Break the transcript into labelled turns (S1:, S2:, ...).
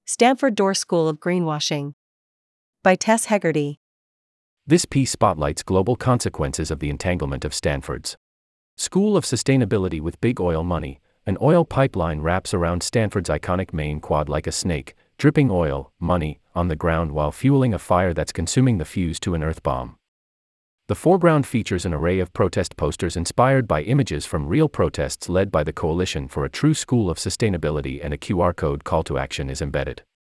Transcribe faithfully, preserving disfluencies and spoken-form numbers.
S1: Stanford Door School of Greenwashing. By Tess Hegarty.
S2: This piece spotlights global consequences of the entanglement of Stanford's School of Sustainability with big oil money. An oil pipeline wraps around Stanford's iconic main quad like a snake, dripping oil, money, on the ground while fueling a fire that's consuming the fuse to an earth bomb. The foreground features an array of protest posters inspired by images from real protests led by the Coalition for a True School of Sustainability, and a Q R code call to action is embedded.